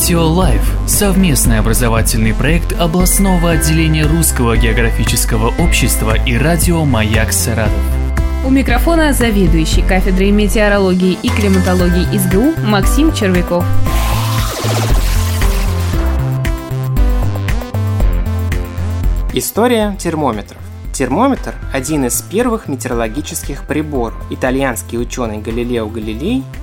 Метео Лайф – совместный образовательный проект областного отделения Русского географического общества и радио «Маяк Саратов». У микрофона заведующий кафедрой метеорологии и климатологии СГУ Максим Червяков. История термометров. Термометр – один из первых метеорологических приборов. Итальянский ученый Галилео Галилей в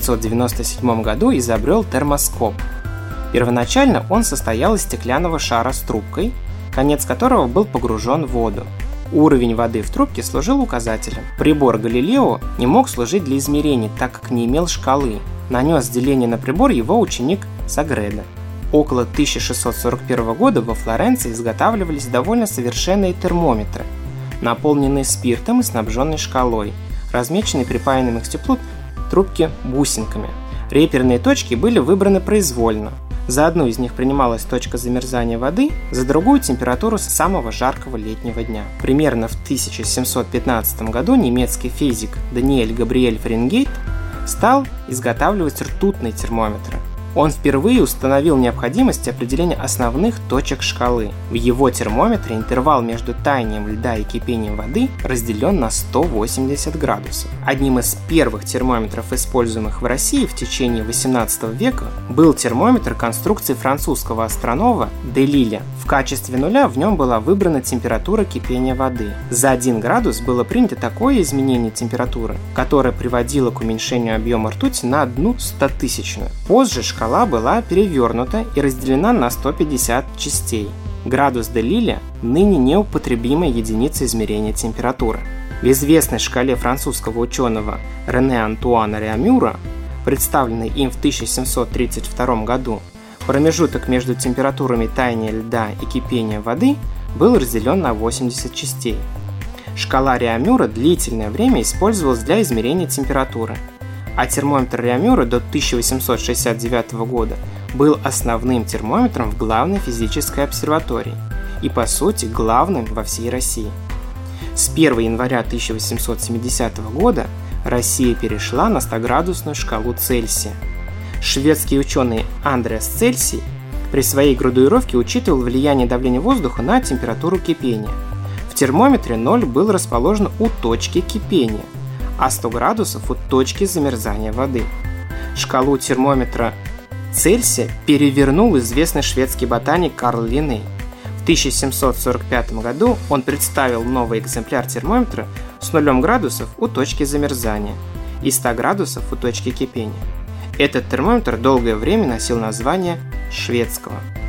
1597 году изобрел термоскоп. Первоначально он состоял из стеклянного шара с трубкой, конец которого был погружен в воду. Уровень воды в трубке служил указателем. Прибор Галилео не мог служить для измерений, так как не имел шкалы. Нанес деление на прибор его ученик Сагредо. Около 1641 года во Флоренции изготавливались довольно совершенные термометры, наполненные спиртом и снабженные шкалой, размеченные припаянными к стеклу трубки бусинками. Реперные точки были выбраны произвольно. За одну из них принималась точка замерзания воды, за другую – температуру самого жаркого летнего дня. Примерно в 1715 году немецкий физик Даниэль Габриэль Фаренгейт стал изготавливать ртутные термометры. Он впервые установил необходимость определения основных точек шкалы. В его термометре интервал между таянием льда и кипением воды разделен на 180 градусов. Одним из первых термометров, используемых в России в течение XVIII века, был термометр конструкции французского астронома Делиля. В качестве нуля в нем была выбрана температура кипения воды. За 1 градус было принято такое изменение температуры, которое приводило к уменьшению объема ртути на 1/100 000. Позже шкала была перевернута и разделена на 150 частей. Градус Делиля ныне неупотребимая единица измерения температуры. В известной шкале французского ученого Рене Антуана Реамюра, представленной им в 1732 году, промежуток между температурами таяния льда и кипения воды был разделен на 80 частей. Шкала Реамюра длительное время использовалась для измерения температуры, а термометр Реамюра до 1869 года был основным термометром в главной физической обсерватории и, по сути, главным во всей России. С 1 января 1870 года Россия перешла на 100-градусную шкалу Цельсия. Шведский ученый Андреас Цельсий при своей градуировке учитывал влияние давления воздуха на температуру кипения. В термометре 0 был расположен у точки кипения, а 100 градусов у точки замерзания воды. Шкалу термометра Цельсия перевернул известный шведский ботаник Карл Линней. В 1745 году он представил новый экземпляр термометра с 0 градусов у точки замерзания и 100 градусов у точки кипения. Этот термометр долгое время носил название шведского.